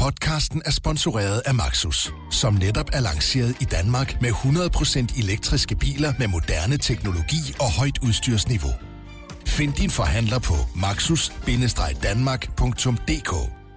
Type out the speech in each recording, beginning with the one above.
Podcasten er sponsoreret af Maxus, som netop er lanceret i Danmark med 100% elektriske biler med moderne teknologi og højt udstyrsniveau. Find din forhandler på maxus-danmark.dk.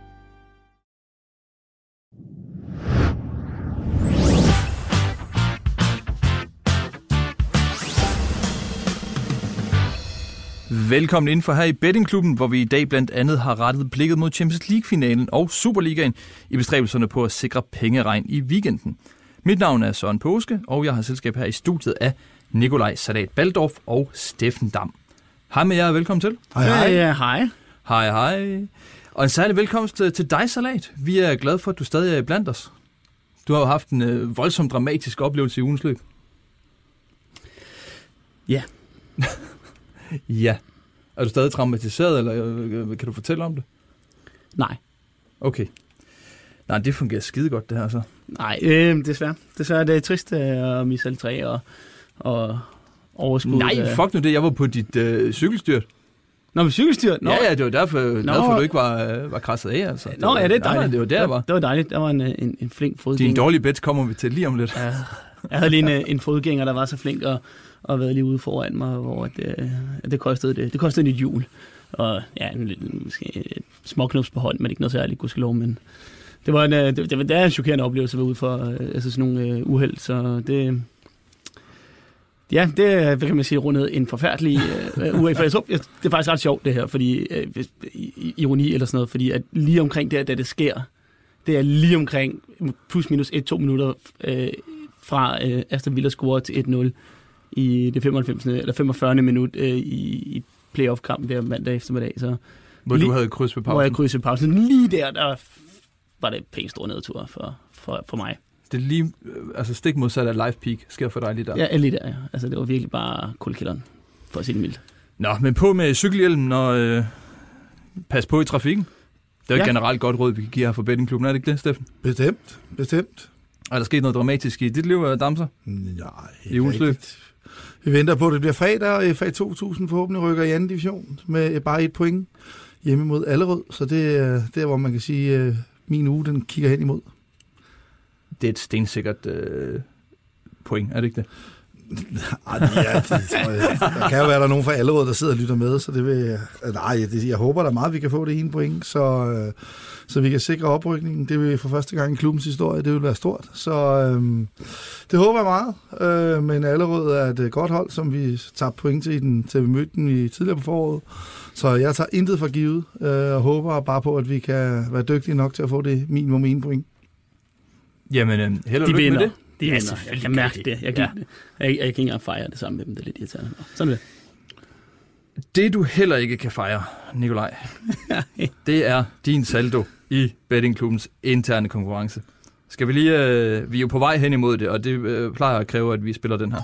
Velkommen indenfor her i Bettingklubben, hvor vi i dag blandt andet har rettet blikket mod Champions League-finalen og Superligaen i bestræbelserne på at sikre pengeregn i weekenden. Mit navn er Søren Påske, og jeg har selskab her i studiet af Nikolaj Salat Balldorf og Steffen Dam. Hej med jer, velkommen til. Hej. Hej. Hej. Og en særlig velkomst til dig, Salat. Vi er glade for, at du stadig er blandt os. Du har jo haft en voldsomt dramatisk oplevelse i ugens løb. Ja. Ja. Er du stadig traumatiseret, eller kan du fortælle om det? Nej. Okay. Nej, det fungerer skide godt, det her så. Nej, desværre. Desværre, det er trist at misse alle tre og overskud. Nej, fuck nu det. Jeg var på dit cykelstyrt. Nå, med cykelstyrt? Nå. Ja, det var derfor du ikke var krasset af. Altså. Nå, ja, det er dejligt. Nej, det var der, var. Det var dejligt. Der var en flink fodgænger. Din dårlige bets kommer vi til lige om lidt. Ja, jeg havde lige en fodgænger, der var så flink og været lige ude foran mig, hvor det kostede nyt hjul. Og ja, måske et småknups på hånden, men ikke noget særligt, gudskelov, men det er en chokerende oplevelse at være ude for sådan nogle uheld, så det... Ja, det er, hvad kan man sige, rundet en forfærdelig uge. For jeg tror, det er faktisk ret sjovt det her, fordi ironi eller sådan noget, fordi at lige omkring da det sker, det er lige omkring plus minus 1-2 minutter fra Aston Villa scorer til 1-0 i det 45. minut i playoff-kampen der mandag eftermiddag. Så hvor du havde kryds ved pausen? Hvor jeg kryds ved pausen. Lige der var det pænt stor nedtur for mig. Det er lige, altså stik modsat af live peak, sker for dig lige der. Ja, lige der, ja. Altså det var virkelig bare kuldekælderen, for at sige det mildt. Nå, men på med cykelhjelmen og pas på i trafikken. Det er jo generelt godt råd, vi kan give her for Bettingklubben, er det ikke det, Steffen? Bestemt. Er der sket noget dramatisk i dit liv, Damser? Nej, i ugens løb? Vi venter på, at det bliver fredag, og FA 2000 forhåbentlig rykker i anden division med bare 1 point hjemme mod Allerød. Så det er der, hvor man kan sige, min uge, den kigger hen imod. Det er et stensikkert point, er det ikke det? Ja, der kan jo være, der nogen fra Allerød, der sidder og lytter med, så det vil... jeg håber da meget, vi kan få det ene point, så vi kan sikre oprykningen. Det vil for første gang i klubbens historie, det vil være stort. Så det håber jeg meget, men Allerød er et godt hold, som vi tager point til vi mødte dem i tidligere på foråret. Så jeg tager intet for givet, og håber bare på, at vi kan være dygtige nok til at få det minimum 1 point. Jamen, held og lykke med det. De vinder. Jeg kan mærke det. Jeg kan ikke engang fejre det samme med dem. Det er lidt irriterende. Sådan er det. Det du heller ikke kan fejre, Nikolaj, det er din saldo i Bettingklubbens interne konkurrence. Skal vi lige... vi er jo på vej hen imod det, og det plejer at kræve, at vi spiller den her.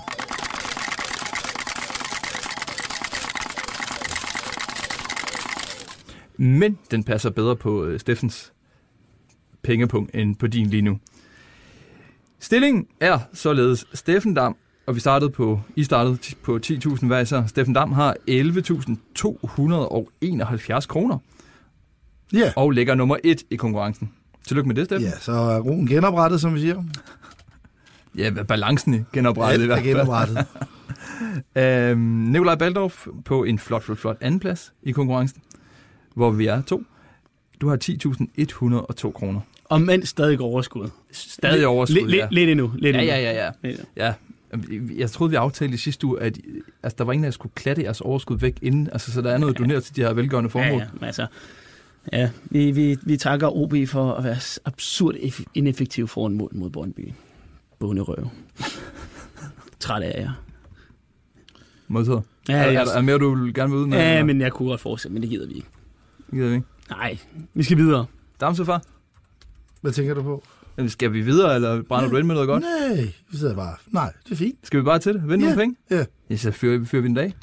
Men den passer bedre på Steffens pengepunkt end på din lige nu. Stillingen er således Steffen Dam, og I startede på 10.000 hver især. Steffen Dam har 11.271 kroner. Ja. Og ligger nummer 1 i konkurrencen. Tillykke med det, Steffen. Ja, så er roen genoprettet, som vi siger. Ja, balancen er genoprettet i hvert fald. Genoprettet. Nikolaj Balldorf på en flot andenplads i konkurrencen, hvor vi er 2. Du har 10.102 kroner. Og mens stadig overskud. Stadig overskud, ja. Lidt endnu. Ja. Jeg troede, vi aftalte i sidste uge, at altså, der var ingen, der skulle klatte jeres overskud væk inden. Altså, så der er noget doneret til de her velgørende formål. Ja, vi takker OB for at være absurd ineffektiv foran mål mod Brøndby. Bonderøv. Træt af jer. Modtaget. Ja, er mere, du vil gerne vil ud med? Ja, men jeg kunne godt fortsætte, men det gider vi ikke. Nej, vi skal videre. Damsefar? Hvad tænker du på? Jamen, skal vi videre, eller brænder du ind med noget godt? Nej, vi sidder bare... Nej, det er fint. Skal vi bare til det? Vinde nogle penge? Ja. Ja, så fyrer vi en dag.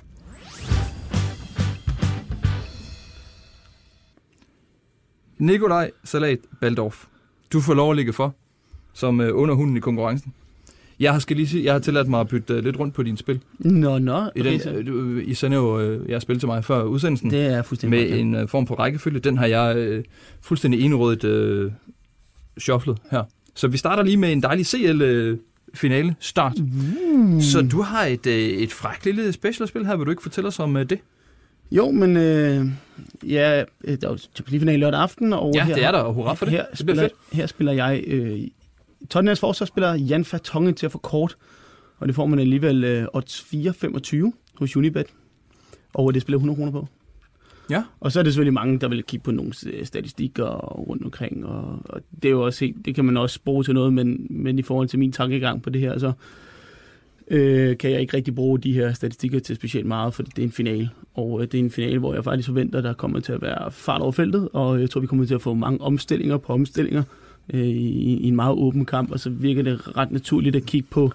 Nikolaj Salat Balldorf. Du får lov at ligge for, som underhunden i konkurrencen. Jeg har tilladt mig at bytte lidt rundt på dine spil. I sender jo jeres spil til mig før udsendelsen. Det er fuldstændig med en form for rækkefølge. Den har jeg fuldstændig enrådigt shufflet her. Så vi starter lige med en dejlig CL-finale start. Så du har et frækt lille specialspil her. Vil du ikke fortælle os om det? Jo, men der er Champions League-finale lørdag aften. Og ja, her, det er der, og hurra for det. Det bliver fedt. Her spiller jeg Tottenhams forsvarsspiller Jan Vertonghen til at få kort, og det får man alligevel odds 4,25 hos Unibet, og det spiller 100 kroner på. Ja. Og så er det selvfølgelig mange, der vil kigge på nogle statistikker rundt omkring, og det er jo også det kan man også bruge til noget, men i forhold til min tankegang på det her, så kan jeg ikke rigtig bruge de her statistikker til specielt meget, for det er en finale. Og det er en finale, hvor jeg faktisk forventer, at der kommer til at være fart over feltet, og jeg tror, vi kommer til at få mange omstillinger på omstillinger i en meget åben kamp, og så virker det ret naturligt at kigge på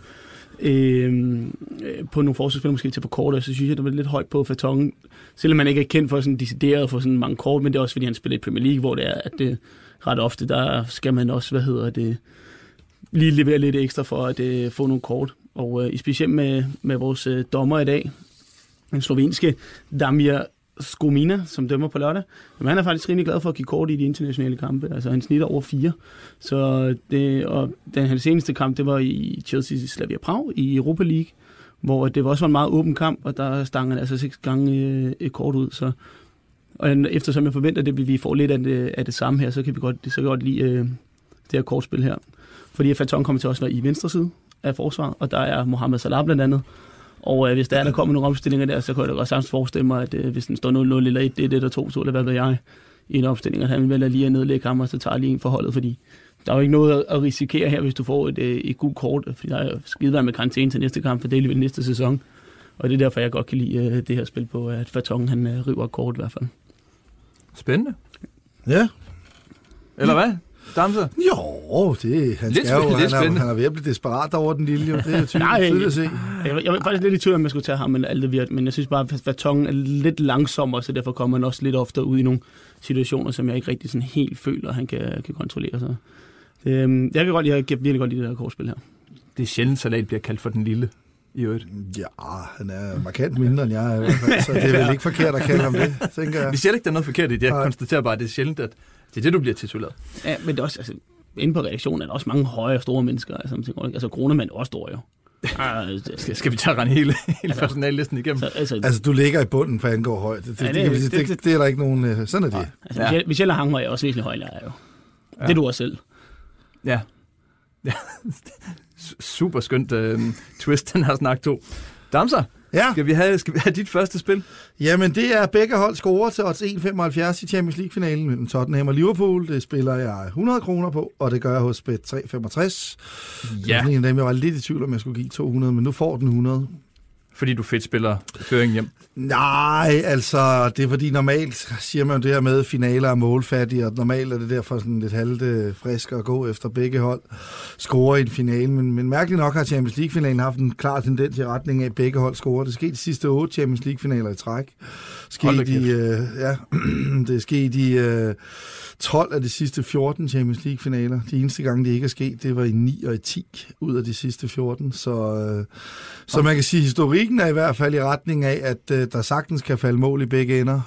nogle forsvarsspillere måske til på kort, og så synes jeg, det var lidt højt på Vertonghen, selvom man ikke er kendt for sådan decideret for sådan mange kort, men det er også fordi, han spiller i Premier League, hvor det er, at det ret ofte, der skal man også, lige levere lidt ekstra for at få nogle kort. Og specielt med vores dommer i dag, den slovenske Damir Skomina, som dømmer på lørdag, men han er faktisk rimelig glad for at give kort i de internationale kampe. Altså han snitter over 4. Så og den seneste kamp, det var i Chelsea Slavia Prag i Europa League, hvor det var også en meget åben kamp, og der stang han altså 6 gange et kort ud. Så, og eftersom jeg forventer, at vi får lidt af det samme her, så kan vi godt lide det her kortspil her. Fordi Vertonghen kommer til også være i venstre side af forsvaret, og der er Mohamed Salah blandt andet. Og hvis der kommer nogle opstillinger der, så kan jeg da godt sagtens forestille mig, at hvis den står 0-0 eller 1-1 eller 2-2, eller hvad ved jeg, i en opstilling, at han vil lige at nedlægge ham, og så tager lige en forholdet, fordi der er jo ikke noget at risikere her, hvis du får et gult kort, fordi der er skidevært med karantæne til næste kamp, for det er lige næste sæson. Og det er derfor, jeg godt kan lide det her spil på, at Vertonghen han river et kort i hvert fald. Spændende. Ja. Eller hvad? Damser? Jo, han er ved at blive desperat over den lille, jo. Det er jo tydeligt at se. Jeg var faktisk lidt i tvivl, om jeg skulle tage ham, men jeg synes bare, at Vertonghen er lidt langsommere, så derfor kommer han også lidt ofte ud i nogle situationer, som jeg ikke rigtig sådan helt føler, han kan kontrollere. Så jeg kan virkelig godt lide det her kortspil her. Det er sjældent, Salat bliver kaldt for den lille i øvrigt. Ja, han er markant mindre end jeg er i hvert fald, så det er vel ikke forkert at kalde ham det, tænker jeg. Vi siger ikke, der er noget forkert i det. Jeg konstaterer bare, at det er sjældent, at det er det, du bliver tituleret. Ja, men det er også, altså, inde på redaktionen er der også mange høje og store mennesker. Altså Kronemann er også stor, jo. Skal vi tage hele personallisten igennem? Altså, du ligger i bunden, for angår højt. Det er der ikke nogen... Sådan er det. Altså, Michelle Hangøj er også væsentligt højere, jo. Ja. Det er du også selv. Ja. Super skønt twist, den her snak 2. Damser, skal vi have dit første spil? Jamen, det er begge hold scorer til odds 1,75 i Champions League-finalen mellem Tottenham og Liverpool. Det spiller jeg 100 kroner på, og det gør jeg hos Bet 365. Ja. Det er en af dem, jeg var lidt i tvivl om, jeg skulle give 200, men nu får den 100. Fordi du fedt spiller føringen hjem? Nej, altså, det er fordi normalt siger man jo det her med, finaler er målfattige, og normalt er det derfor sådan lidt halvt frisk at gå efter begge hold scorer i en finale. Men mærkeligt nok har Champions League-finalen haft en klar tendens i retning af, at begge hold scorer. Det skete de sidste 8 Champions League-finaler i træk. Det er sket i 12 af de sidste 14 Champions League-finaler. De eneste gange, det ikke er sket, det var i 9 og i 10 ud af de sidste 14. Så man kan sige, at historikken er i hvert fald i retning af, at der sagtens kan falde mål i begge ender.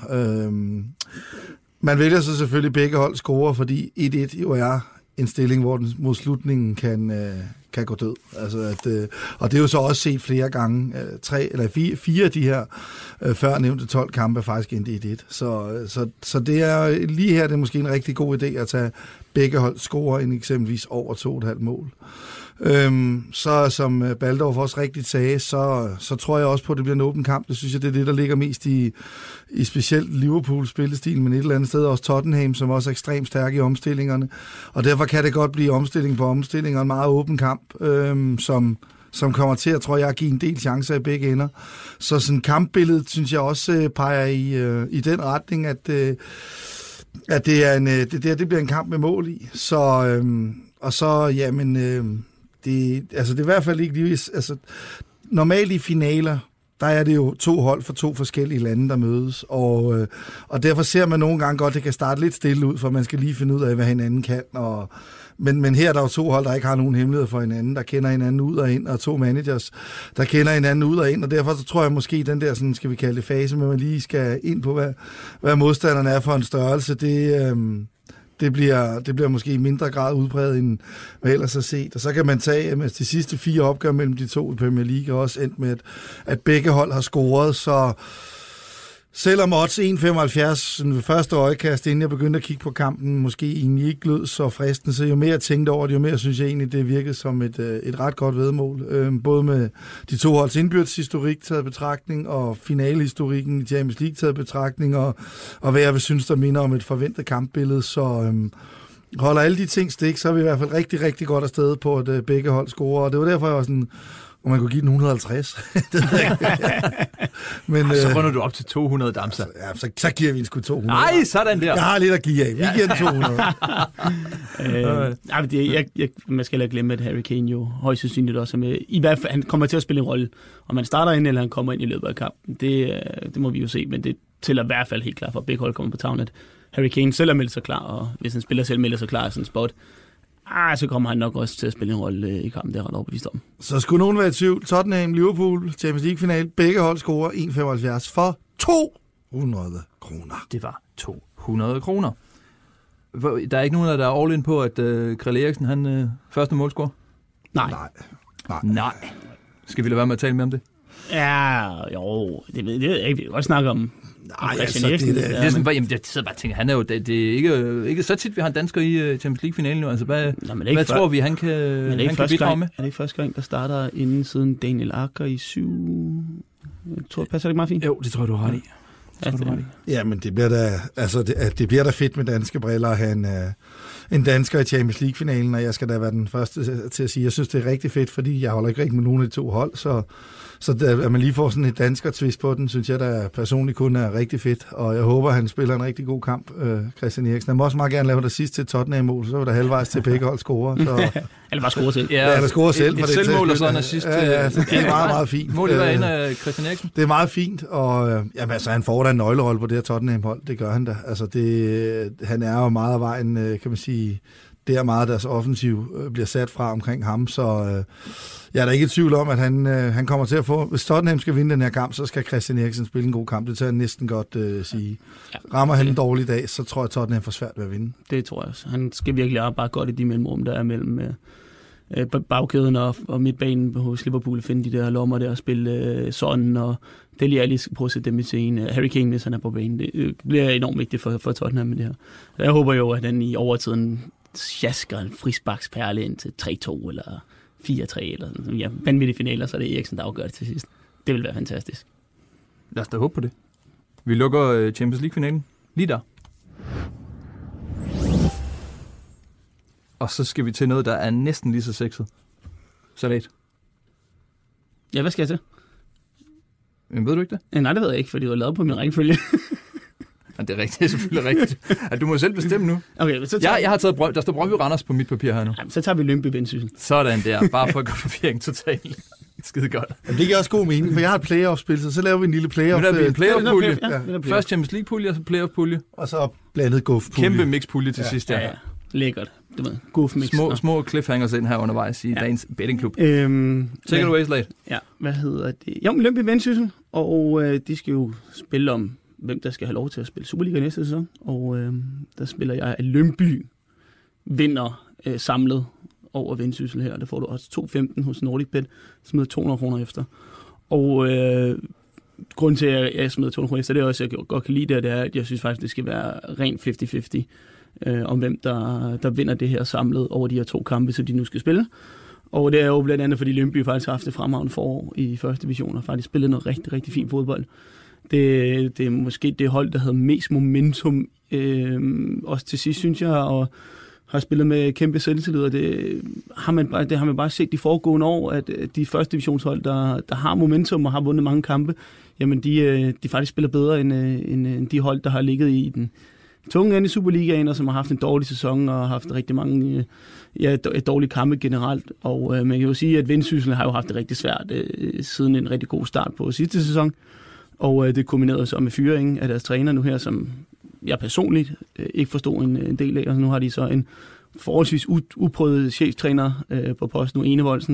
Man vælger så selvfølgelig begge hold scorer, fordi 1-1 jo er en stilling, hvor den mod slutningen kan gå død. Altså og det er jo så også set flere gange. 4 af de her før nævnte 12 kampe er faktisk endt 1-1. Så det er lige her, det er måske en rigtig god idé at tage begge hold scorer end eksempelvis over 2,5 mål. Så som Baldorf også rigtigt sagde, så tror jeg også på, at det bliver en åben kamp. Det synes jeg, det er det, der ligger mest i specielt Liverpools spillestil, men et eller andet sted også Tottenham, som også er ekstremt stærke i omstillingerne. Og derfor kan det godt blive omstilling på omstilling og en meget åben kamp, som kommer til, jeg tror jeg, at give en del chancer i begge ender. Så sådan kampbilledet, synes jeg også peger i den retning, at det er det bliver en kamp med mål i. Det er i hvert fald ikke lige... Altså, normalt i finaler, der er det jo 2 hold fra 2 forskellige lande, der mødes, og derfor ser man nogle gange godt, det kan starte lidt stille ud, for man skal lige finde ud af, hvad hinanden kan, men her er der jo 2 hold, der ikke har nogen hemmelighed for hinanden, der kender hinanden ud og ind, og 2 managers, der kender hinanden ud og ind, og derfor så tror jeg måske, den der, sådan, skal vi kalde det fase, men man lige skal ind på, hvad modstanderne er for en størrelse, Det bliver måske i mindre grad udbredt, end hvad ellers har set. Og så kan man tage, at de sidste 4 opgør mellem de to i Premier League er også endt med, at begge hold har scoret, så selvom odds 1,75 ved første øjekast, inden jeg begyndte at kigge på kampen, måske egentlig ikke lød så fristende, så jo mere jeg tænkte over det, jo mere synes jeg egentlig, det virkede som et ret godt væddemål. Både med de to holds indbyrdes historik taget betragtning, og finalehistorikken i Champions League taget betragtning, og hvad jeg vil synes, der minder om et forventet kampbillede, så holder alle de ting stik, så er vi i hvert fald rigtig, rigtig godt afsted på, at begge hold scorer, og det var derfor, jeg var sådan, om man kunne give den 150. Men, så runder du op til 200, Damser. Ja, så giver vi en sgu 200. Nej, sådan der. Jeg har lidt at give af. Vi giver den 200. Man skal ikke glemme, at Harry Kane jo højst sandsynligt også er med. I hvert fald, han kommer til at spille en rolle. Om han starter ind, eller han kommer ind i løbet af kampen. Det må vi jo se, men det tæller i hvert fald helt klart for, at begge hold kommer på tavlen, at Harry Kane selv er meldt sig klar, og hvis han spiller selv melder sig klar i sådan en spot, så kommer han nok også til at spille en rolle i kampen, det er ret overbevist om. Så skulle nogen være i tvivl. Tottenham, Liverpool, Champions League-final. Begge hold scorer 1,75 for 200 kroner. Det var 200 kroner. Der er ikke nogen, der er all in på, at Krille Eriksen, han første målscorer? Nej. Skal vi lade være med at tale mere om det? Ja, jo, det ved jeg ikke. Vi kan godt snakke om Christian Eriksen. Jeg sidder bare og tænker, han er jo, det er ikke så tit, vi har en dansker i Champions League-finalen nu. Altså, hvad tror vi, han kan bidrage med? Er det ikke første gang, der starter inden siden Daniel Akker i 7? Jeg tror, det passer ikke meget fint? Jo, det tror jeg, du har ret i. Ja, men det bliver da fedt med danske briller at have en dansker i Champions League-finalen, og jeg skal da være den første til at sige, jeg synes, det er rigtig fedt, fordi jeg holder ikke rigtig med nogen af de to hold, så at man lige får sådan et dansker-twist på den, synes jeg, der personligt kun er rigtig fedt, og jeg håber, han spiller en rigtig god kamp, Christian Eriksen. Han må også meget gerne lave det sidste til Tottenham-mål, så var der halvvejs til begge hold score. Eller bare score selv. Ja, eller score selv. Et selvmål og sådan en assist. Ja, så det er meget, meget fint. Målet var inde af Christian Eriksen. Det er meget fint, og han får da en nøglerolle på det her Tottenham-hold, det gør han da. Altså, han er jo meget af vejen, kan man sige, det er meget, deres offensiv bliver sat fra omkring ham, så jeg er da ikke i tvivl om, at han kommer til at få, hvis Tottenham skal vinde den her kamp, så skal Christian Eriksen spille en god kamp, det tør jeg næsten godt sige. Rammer han en dårlig dag, så tror jeg, at Tottenham får svært ved at vinde. Det tror jeg også. Han skal virkelig arbejde godt i de mellemrum, der er mellem bagkæden og midtbanen hos Liverpool, finde de der lommer der og spille Son og Dele Alli skal prøve at sætte dem i scene. Harry Kane, hvis han er på banen. Det bliver enormt vigtigt for Tottenham med det her. Så jeg håber jo, at han i overtiden sjasker en frisbaksperle ind til 3-2 eller 4-3 eller sådan. Ja, vanvittige finaler, så er det Eriksen, der afgør det til sidst. Det vil være fantastisk. Lad os da håbe på det. Vi lukker Champions League-finalen lige der. Og så skal vi til noget, der er næsten lige så sexet. Salat. Ja, hvad skal jeg til? Men ved du ikke det? Nej, det ved jeg ikke, fordi du har lavet på min rækkefølge. Ja, det er rigtigt, det er selvfølgelig rigtigt. Du må selv bestemme nu. Okay, så jeg har taget der står Brøndby Randers på mit papir her nu. Jamen, så tager vi Lyngby Vendsyssel. Sådan der, bare for at gå forvirring totalt. Skide godt. Jamen, det giver også god mening, for jeg har et playoff-spil, så laver vi en lille playoff. Nu er vi en playoff-pulje. Ja. Først Champions League-pulje, og så playoff-pulje. Og så blandet guf-pulje. Kæmpe mix-pulje til sidst. Ja. Lækkert. Du ved, guf-mix. Små cliffhangers ind her undervejs i dagens bettingklub. Take it away, Slate. Ja, hvad hedder det? Jo, Lyngby Vendsyssel, og de skal jo spille om, hvem der skal have lov til at spille Superliga næste sæson. Og der spiller jeg, at Lyngby vinder samlet over Vendsyssel her. Der får du også 2,15 hos NordicBet, smider 200 kroner efter. Og grunden til, at jeg smider 200 kroner efter, det er også, at jeg godt kan lide det er, at jeg synes faktisk, det skal være rent 50-50 om hvem der vinder det her samlet over de her 2 kampe, så de nu skal spille. Og det er jo blandt andet, fordi Lyngby faktisk har haft et fremragende forår i første division, og faktisk spillet noget rigtig, rigtig fint fodbold. Det er måske det hold, der havde mest momentum, også til sidst, synes jeg, og har spillet med kæmpe selvtillid, og det har man bare set de foregående år, at de første divisionshold, der har momentum og har vundet mange kampe, jamen de faktisk spiller bedre end de hold, der har ligget i den tunge ende i Superligaen, og som har haft en dårlig sæson og har haft rigtig mange dårlige kampe generelt. Og man kan jo sige, at Vendsyssel har jo haft det rigtig svært siden en rigtig god start på sidste sæson. Og det kombinerede så med fyringen af deres træner nu her, som jeg personligt ikke forstod en del af. Og nu har de så en forholdsvis uprøvet cheftræner på posten nu, Enevoldsen,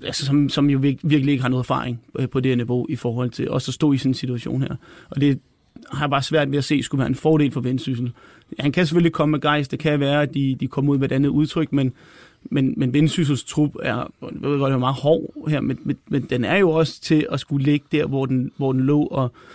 som jo virkelig ikke har noget erfaring på det her niveau i forhold til også at stå i sådan en situation her. Og det har jeg bare svært ved at se, skulle være en fordel for Vendsyssel. Han kan selvfølgelig komme med gejst, det kan være, at de kommer ud med et andet udtryk, men Vendsyssels trup er meget hård her, men den er jo også til at skulle ligge der, hvor den lå,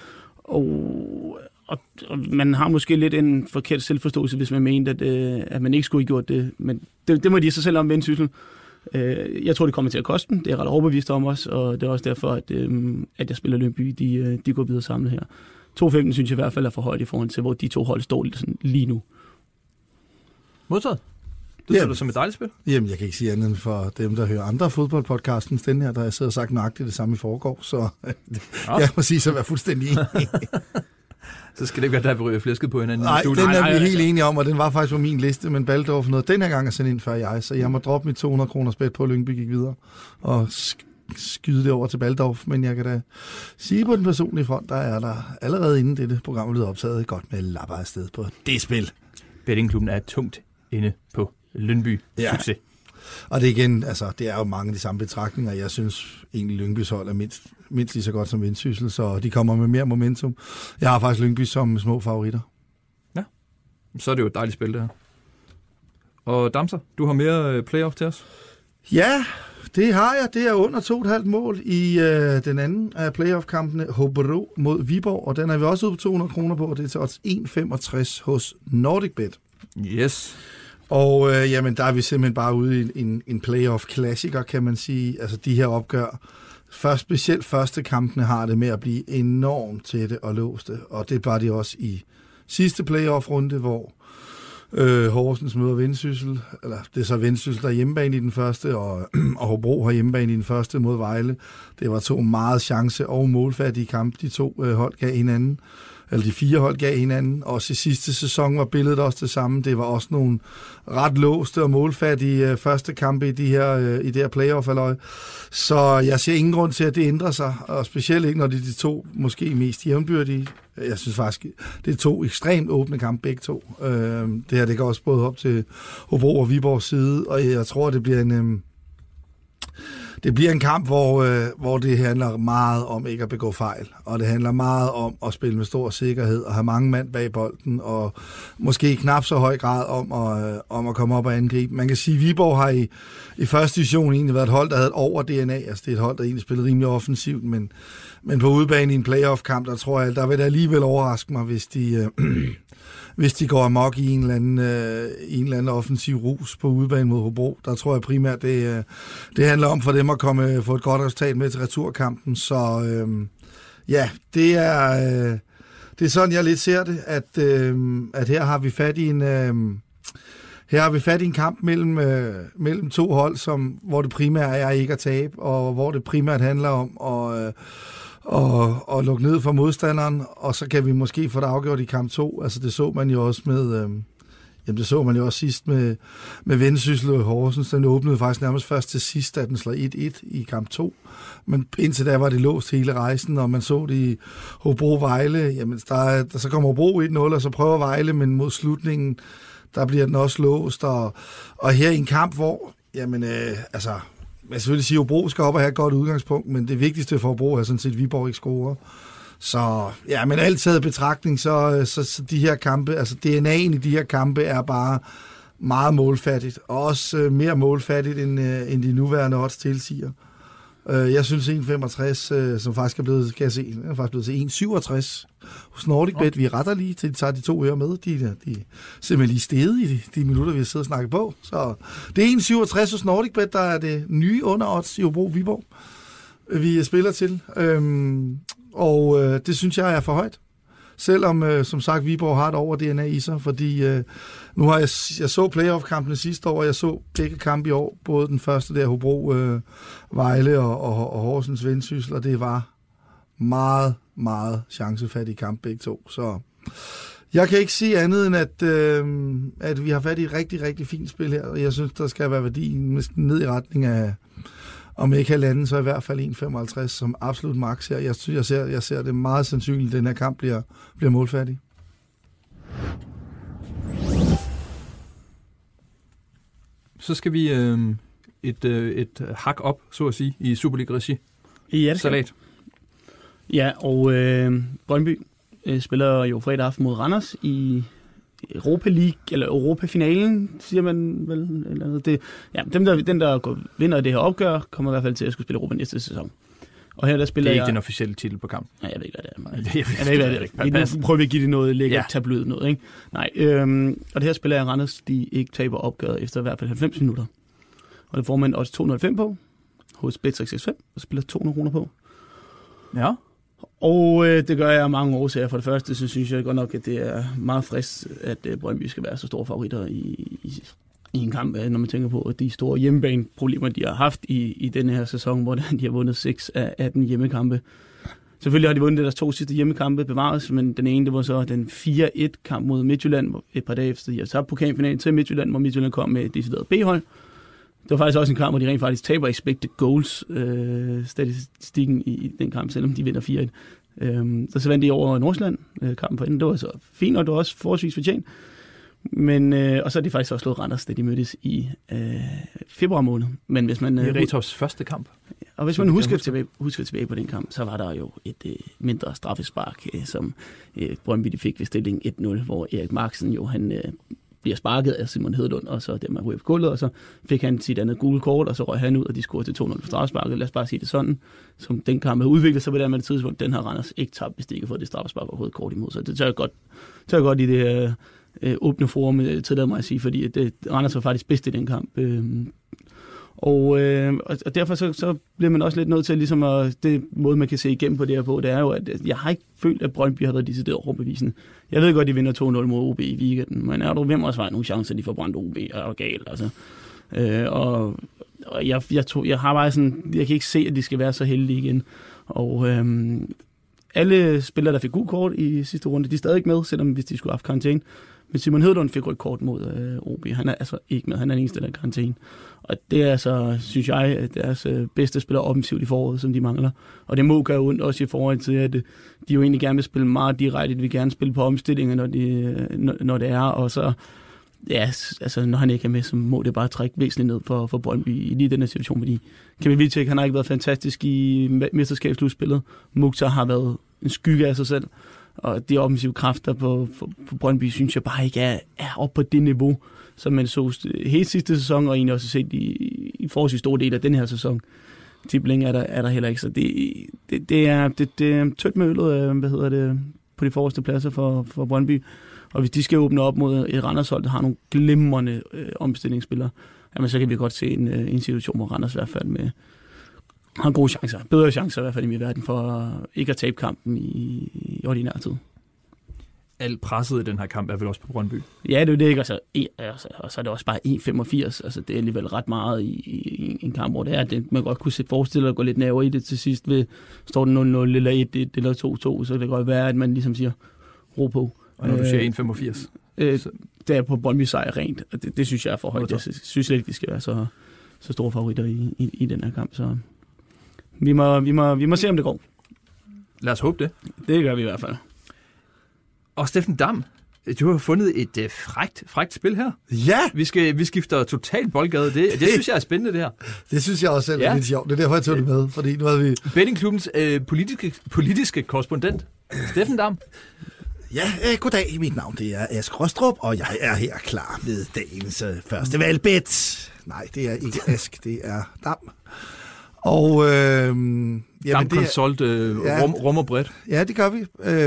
og man har måske lidt en forkert selvforståelse, hvis man mente, at man ikke skulle have gjort det, men det må de sig selv om Vendsyssel. Jeg tror, det kommer til at koste dem. Det er jeg ret overbevist om også, og det er også derfor, at jeg spiller Lyngby. De går videre samlet her. 2-15 synes jeg i hvert fald er for højt i forhold til, hvor de to hold står lige nu. Modtaget. Det ser du som et dejligt spil. Jamen, jeg kan ikke sige andet end for dem, der hører andre fodboldpodcasten, den her, der har jeg siddet og sagt nøjagtigt det samme i forgår, så jeg må sige, så være fuldstændig enig. Så skal det ikke være, der vi ryger flæsket på hinanden. Nej, den er vi helt enige om, og den var faktisk på min liste, men Baldorf noget den her gang er sendt ind før jeg, så jeg må droppe mit 200 kroners bet på, at Lyngby gik videre og skyde det over til Baldorf, men jeg kan da sige på den personlige front, der er der allerede inden dette program er blevet optaget godt med lapper afsted på det spil. Bettingklubben er tungt inde på Lyngby. Ja. Succes. Og det igen, altså det er jo mange af de samme betragtninger. Jeg synes egentlig Lyngbys hold er mindst lige så godt som Vendsyssel, så de kommer med mere momentum. Jeg har faktisk Lyngby som små favoritter. Ja, så er det jo et dejligt spil det her. Og Damser, du har mere playoff til os? Ja, det har jeg. Det er under 2,5 mål i den anden af playoff-kampene, Hobro mod Viborg, og den er vi også ude på 200 kroner på, og det er til odds 1,65 hos NordicBet. Yes. Og jamen, der er vi simpelthen bare ude i en playoff-klassiker, kan man sige. Altså de her opgør. Specielt første kampene har det med at blive enormt tætte og låste, og det var de også i sidste playoff-runde, hvor Horsens møder Vendsyssel, eller det er så Vendsyssel, der er hjemmebane i den første, og Hobro har hjemmebane i den første mod Vejle. Det var to meget chance- og målfattige kampe, de to hold gav hinanden. Eller de 4 hold gav hinanden. Også i sidste sæson var billedet også det samme. Det var også nogle ret låste og målfattige første kampe i det her playoff-halløj. Så jeg ser ingen grund til, at det ændrer sig. Og specielt ikke, når det er de to måske mest jævnbyrdige. Jeg synes faktisk, det er 2 ekstremt åbne kampe begge to. Det her, det går også både op til Hobro og Viborgs side. Og jeg tror, det bliver en kamp, hvor det handler meget om ikke at begå fejl, og det handler meget om at spille med stor sikkerhed og have mange mand bag bolden, og måske knap så høj grad om at komme op og angribe. Man kan sige, at Viborg har i første division egentlig været et hold, der havde et over DNA. Altså det er et hold, der egentlig spillede rimelig offensivt, men på udebane i en playoff-kamp, der tror jeg, der vil det alligevel overraske mig, hvis de går amok i en eller anden offensiv rus på udebane mod Hobro. Der tror jeg primært, det handler om for dem at få et godt resultat med til returkampen. Så ja, det er sådan, jeg lidt ser det, at her har vi fat i en kamp mellem to hold, hvor det primært er ikke at tabe, og hvor det primært handler om og lukke ned for modstanderen, og så kan vi måske få det afgjort i kamp 2. Altså det så man jo også sidst med Vendsyssel og Horsens. Den åbnede faktisk nærmest først til sidst, da den slog 1-1 i kamp 2. Men indtil da var det låst hele rejsen, og man så det i Hobro-Vejle. Jamen, så kommer Hobro 1-0, og så prøver Vejle, men mod slutningen, der bliver den også låst. Og her i en kamp, hvor, jamen, man selvfølgelig sige, at Hobro skal op og have et godt udgangspunkt, men det vigtigste for Hobro er sådan set, at Viborg ikke scorer. Så ja, men alt taget betragtning, så de her kampe, altså DNA'en i de her kampe er bare meget målfattigt, og også mere målfattigt, end de nuværende odds tilsiger. Jeg synes 1,65, som faktisk er blevet, kan jeg se, er faktisk blevet til 1,67 hos NordicBet. Vi retter lige til, de tager de 2 øre med. De er simpelthen lige steget i de minutter, vi har siddet og snakket på. Så det er 1,67 hos NordicBet, der er det nye under odds i Hobro Viborg, vi spiller til. Og det synes jeg er for højt. Selvom, som sagt, Viborg har et over DNA i sig, fordi nu har jeg så playoff-kampene sidste år, og jeg så begge kampe i år, både den første der Hobro, Vejle og Horsens Vendsyssel, og det var meget, meget chancefattige kamp begge to. Så jeg kan ikke sige andet end, at vi har fat i et rigtig, rigtig fint spil her, og jeg synes, der skal være værdien ned i retning af, om ikke halvanden, så i hvert fald 1,55 som absolut max her. Jeg ser det meget sandsynligt, at den her kamp bliver målfærdig. Så skal vi et hak op, så at sige, i Superliga-regi. Ja, det Salat. Ja, og Brøndby spiller jo fredag aften mod Randers i Europa League, eller Europa-finalen, siger man vel. Eller det, ja, den, der vinder det her opgør, kommer i hvert fald til at skulle spille Europa næste sæson. Og her der spiller det er ikke den officielle titel på kampen. Nej, jeg ved ikke, hvad det er. Jeg ved ikke, hvad det er. Nu prøver vi at give det noget lækkert tabloid noget, ikke? Nej, og det her spiller jeg Randers, de ikke taber opgøret efter i hvert fald 90 minutter. Og det får man også 205 på, hos Bet365, og spiller 200 kroner på. Ja. Og det gør jeg af mange årsager. For det første, så synes jeg godt nok, at det er meget frisk, at Brøndby skal være så store favoritter i en kamp, når man tænker på de store hjemmebaneproblemer, de har haft i denne her sæson, hvor de har vundet 6 af 18 hjemmekampe. Selvfølgelig har de vundet deres 2 sidste hjemmekampe bevares, men den ene, det var så den 4-1-kamp mod Midtjylland, et par dage efter de har tabt pokalfinalen til Midtjylland, hvor Midtjylland kom med et decideret B-hold. Det var faktisk også en kamp, hvor de rent faktisk taber expected goals statistikken i den kamp, selvom de vinder 4-1. Så vandt de over Nordsjælland kampen for enden. Det var så fint, og det var også forholdsvis fortjent. Men, og så har de faktisk også slået Randers, da de mødtes i februar måned. Men hvis man, i Retops første kamp. Og hvis man husker tilbage på den kamp, så var der jo et mindre straffespark, som Brøndby de fik ved stilling 1-0, hvor Erik Marksen jo, han bliver sparket af Simon Hedlund, og så dem er ryget på gulvet, og så fik han sit andet gule kort, og så røg han ud, og de scorede til 2-0 på straffesparket. Lad os bare sige det sådan, som den kamp havde udviklet sig på det med det tidspunkt, den har Randers ikke tabt, hvis de ikke har fået det straffespark overhovedet kort imod. Så det tør jeg godt i det åbne forum, tillader mig at sige, fordi Randers var faktisk bedst i den kamp. Og derfor så bliver man også lidt nødt til, ligesom det måde, man kan se igennem på det her på, det er jo, at jeg har ikke følt, at Brøndby har været decideret overbevisende. Jeg ved godt, de vinder 2-0 mod OB i weekenden, men er der hvem også nogle chancer, de får brændt OB og galt, altså. Og jeg har bare sådan, jeg kan ikke se, at de skal være så heldige igen. Og alle spillere, der fik gul kort i sidste runde, de er stadig ikke med, selvom hvis de skulle have haft karantæne. Men Simon Hedlund fik rødt kort mod OB. Han er altså ikke med. Han er den eneste, der er karantæne. Og det er altså, synes jeg, deres bedste spiller offensivt i foråret, som de mangler. Og det må gøre ondt også i forhold til, at de jo egentlig gerne vil spille meget direkte. De vil gerne spille på omstillinger, når det er. Og så, ja, altså, når han ikke er med, så må det bare trække væsentligt ned for Brøndby i lige den her situation. Fordi Kevin Wilczek, han har ikke været fantastisk i mesterskabsslutspillet. Mukhtar har været en skygge af sig selv. Og de offensive kræfter på Brøndby, synes jeg bare ikke er oppe på det niveau, som man så helt sidste sæson, og egentlig også set i forholdsvis stor del af den her sæson. Tibling er der heller ikke, så det er tødt med øllet, på de forreste pladser for Brøndby. Og hvis de skal åbne op mod et Randershold, der har nogle glimrende omstillingsspillere, jamen, så kan vi godt se en situation, hvor Randers i hvert fald har gode chancer, bedre chancer i hvert fald i min verden, for ikke at tabe kampen i ordinær tid. Alt presset i den her kamp er vel også på Brøndby? Ja, det er jo det, ikke? Og så er det også bare 1,85. Altså, det er alligevel ret meget i en kamp, hvor det er. Man godt kunne forestille at gå lidt nærmere i det til sidst. Står det 0-0 eller 1-1 eller 2-2, så kan det godt være, at man ligesom siger, ro på. Og når du siger 1,85? Det er på Brøndby sejr rent, og det synes jeg er for højt. Jeg synes ikke, de skal være så store favoritter i den her kamp, så vi må se, om det går. Lad os håbe det. Det gør vi i hvert fald. Og Steffen Dam, du har fundet et frækt spil her. Ja! Vi skifter totalt boldgade. Det synes jeg er spændende, det her. Det synes jeg også selv er lidt sjovt. Det er derfor, jeg tog det med. Fordi nu har vi Bettingklubbens politiske korrespondent, Steffen Dam. Ja, goddag. Mit navn det er Ask Rostrup, og jeg er her klar med dagens første valgbet. Nej, det er ikke Ask, det er Dam. Og Dam Consult rummer bredt. Ja, det gør vi.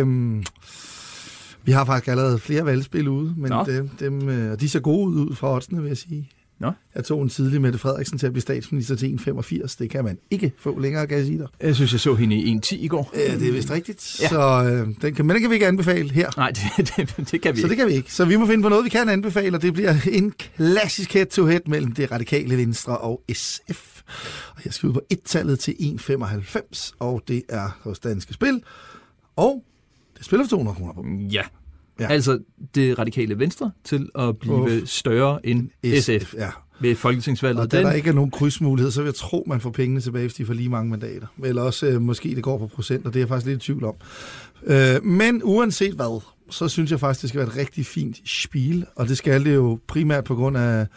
Vi har faktisk allerede flere valgspil ude, men dem de ser gode ud for oddsene, vil jeg sige. Nå. Jeg tog en tidlig Mette Frederiksen til at blive statsminister til 1,85. Det kan man ikke få længere, kan jeg sige dig. Jeg synes, jeg så hende i 1,10 i går. Det er vist rigtigt. Ja. Så den kan vi ikke anbefale her. Nej, det kan vi ikke. Så det kan vi ikke. Så vi må finde på noget, vi kan anbefale, og det bliver en klassisk head-to-head mellem det radikale Venstre og SF. Og jeg skal ud på 1-tallet til 1,95, og det er hos Danske Spil. Og det spiller for 200 kroner på. Ja. Altså det radikale Venstre til at blive større end SF ved folketingsvalget. Og da der ikke er nogen krydsmulighed, så vil jeg tro, man får pengene tilbage, hvis de får lige mange mandater. Eller også måske det går på procent, og det er jeg faktisk lidt i tvivl om. Men uanset hvad, så synes jeg faktisk, det skal være et rigtig fint spil. Og det skal det jo primært på grund af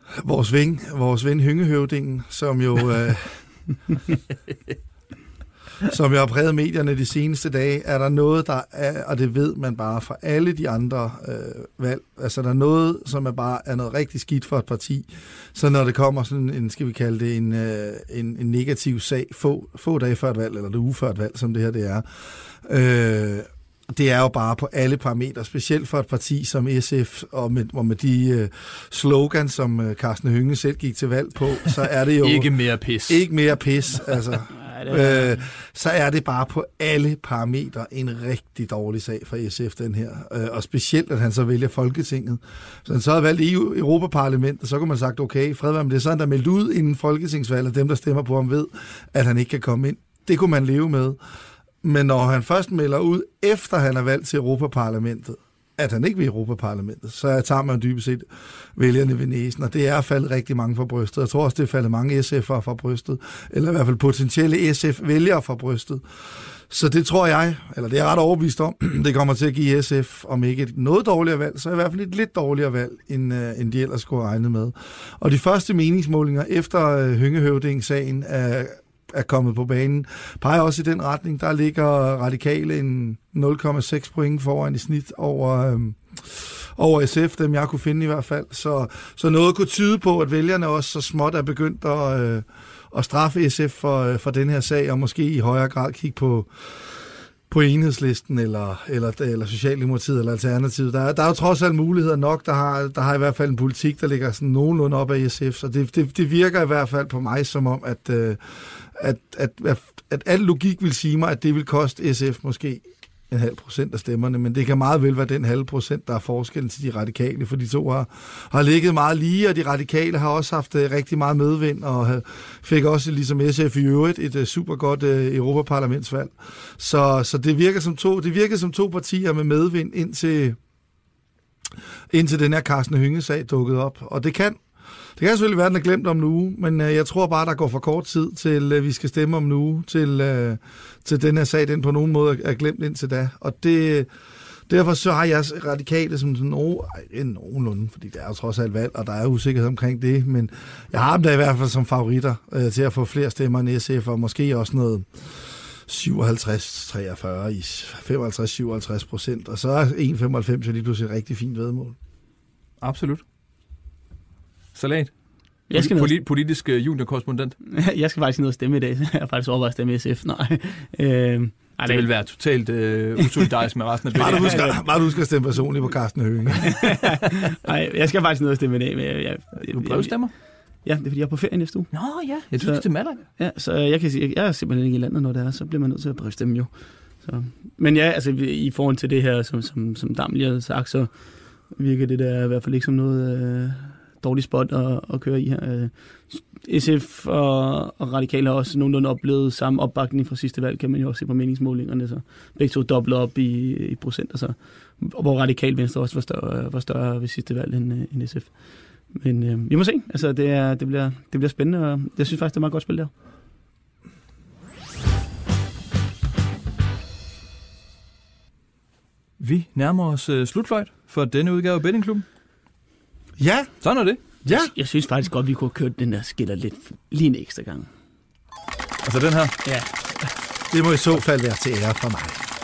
vores ven Hyngehøvdingen, som jo som jeg har præget medierne de seneste dage, er der noget, der er, og det ved man bare fra alle de andre valg, altså der er noget, som er noget rigtig skidt for et parti, så når det kommer sådan en, skal vi kalde det, en negativ sag, få dage før et valg, eller det uge før et valg, som det her det er, det er jo bare på alle parametre, specielt for et parti som SF, og med de slogans, som Karsten Hønge selv gik til valg på, så er det jo... Ikke mere pis. Ikke mere pis, altså. Så er det bare på alle parametre en rigtig dårlig sag for SF, den her. Og specielt, at han så vælger Folketinget. Så han så har valgt Europaparlamentet, så kunne man sagt, okay, fred være med det. Så er han der meldt ud inden folketingsvalget, dem der stemmer på ham ved, at han ikke kan komme ind. Det kunne man leve med. Men når han først melder ud, efter han er valgt til Europaparlamentet, at han ikke vil i Europaparlamentet, så tager man dybest set vælgerne ved næsen, og det er faldet rigtig mange fra brystet. Jeg tror også, det er faldet mange SF'ere fra brystet, eller i hvert fald potentielle SF-vælgere fra brystet. Så det tror jeg, eller det er jeg ret overbevist om, det kommer til at give SF, om ikke et noget dårligere valg, så i hvert fald et lidt dårligere valg, end de ellers skulle regne med. Og de første meningsmålinger efter Høngehøvding-sagen er kommet på banen, peger også i den retning. Der ligger Radikale en 0,6 point foran i snit over SF, dem jeg kunne finde i hvert fald. Så noget kunne tyde på, at vælgerne også så småt er begyndt at straffe SF for den her sag, og måske i højere grad kigge på Enhedslisten eller Socialdemokratiet eller Alternativet. Der er jo trods alt muligheder nok, der har i hvert fald en politik, der ligger sådan nogenlunde op af SF, så det virker i hvert fald på mig som om, at al logik vil sige mig, at det vil koste SF måske 0,5% af stemmerne, men det kan meget vel være den 0,5%, der er forskellen til de radikale, for de to har ligget meget lige, og de radikale har også haft rigtig meget medvind, og fik også, ligesom SF i øvrigt, et super godt Europaparlamentsvalg. Så det virker som to partier med medvind indtil den her Karsten Hønge-sag dukkede op, og det kan selvfølgelig være, den er glemt om en uge, men jeg tror bare, der går for kort tid til, vi skal stemme om en uge, til den her sag, den på nogen måde er glemt indtil da. Og derfor så har jeg radikale som sådan nogenlunde, fordi det er jo trods alt valg, og der er usikkerhed omkring det, men jeg har dem da i hvert fald som favoritter til at få flere stemmer end SF, og måske også noget 57-43 i 55-57%, og så er 1,95 lige pludselig et rigtig fint væddemål. Absolut. Salat. Politisk juniorkorrespondent. Jeg skal faktisk ned og stemme i dag. Jeg har faktisk overvejet at stemme SF. Nej. Det vil være totalt usolidarisk med resten af det. Bare du husker at stemme personligt på Karsten Hønge. Nej, jeg skal faktisk ned og stemme i dag. Du brevstemmer? Ja, det er fordi, jeg er på ferie næste uge. Nå ja, jeg synes til Malaga. Ja, så jeg kan sige, jeg er simpelthen ikke i landet, når det er, så bliver man nødt til at brevstemme jo. Så. Men ja, altså i forhold til det her, som Dam lige har sagt, så virker det der i hvert fald ikke som noget dårligt spot at køre i her. SF og Radikale har også nogenlunde oplevet samme opbakning fra sidste valg, kan man jo også se på meningsmålingerne, så begge to dobbelt op i procenter, så, hvor Radikale Venstre også var større ved sidste valg end SF. Men vi må se, altså det bliver spændende, og jeg synes faktisk, det er meget godt spil der. Vi nærmer os slutfløjt for denne udgave af Bettingklubben. Ja. Sådan er det. Ja. Jeg synes faktisk godt, vi kunne have kørt den der skiller lidt lige en ekstra gang. Altså den her? Ja. Det må i så fald være til ære for mig.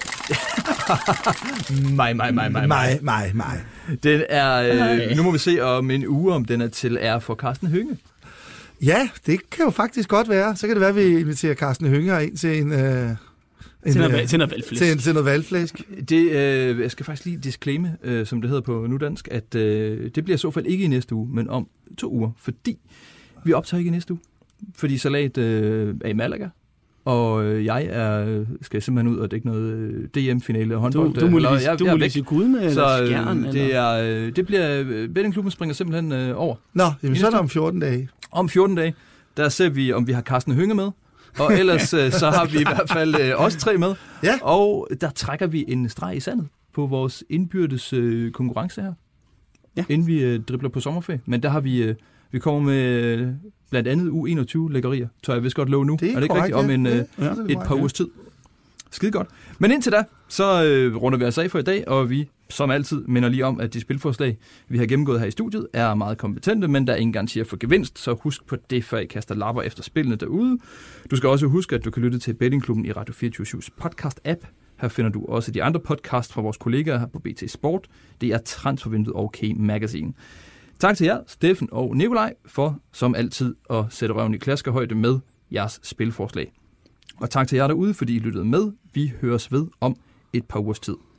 mig. Den er, nu må vi se om en uge, om den er til ære for Karsten Hønge. Ja, det kan jo faktisk godt være. Så kan det være, at vi inviterer Karsten Hønge ind til til noget valgflæsk. Jeg skal faktisk lige disclaime, som det hedder på nudansk, at det bliver i så fald ikke i næste uge, men om 2 uger, fordi vi optager ikke i næste uge. Fordi Salat er i Malaga, og jeg skal simpelthen ud og dække noget DM-finale og håndbold. Du må lige sige Gud med skjern. Det bliver, Bettingklubben springer simpelthen over. Nå, jamen, så er det om 14 dage. Om 14 dage, der ser vi, om vi har Karsten Hønge med. Og ellers så har vi i hvert fald os 3 med. Ja. Og der trækker vi en streg i sandet på vores indbyrdes konkurrence her. Ja. Inden vi dribler på sommerferie. Men der har vi kommer med blandt andet U21-lækkerier. Tør jeg vist godt love nu. Det er det ikke rigtigt? Om et par ugers tid. Skide godt. Men indtil da, så runder vi os af for i dag, og vi som altid minder lige om, at de spilforslag, vi har gennemgået her i studiet, er meget kompetente, men der er ingen garantier for gevinst, så husk på det, før I kaster lapper efter spillene derude. Du skal også huske, at du kan lytte til Bettingklubben i Radio 24/7's podcast-app. Her finder du også de andre podcasts fra vores kollegaer her på BT Sport. Det er Transfervinduet og K-Magazine. Tak til jer, Steffen og Nikolaj, for som altid at sætte røven i klaskehøjde med jeres spilforslag. Og tak til jer derude, fordi I lyttede med. Vi høres ved om et par ugers tid.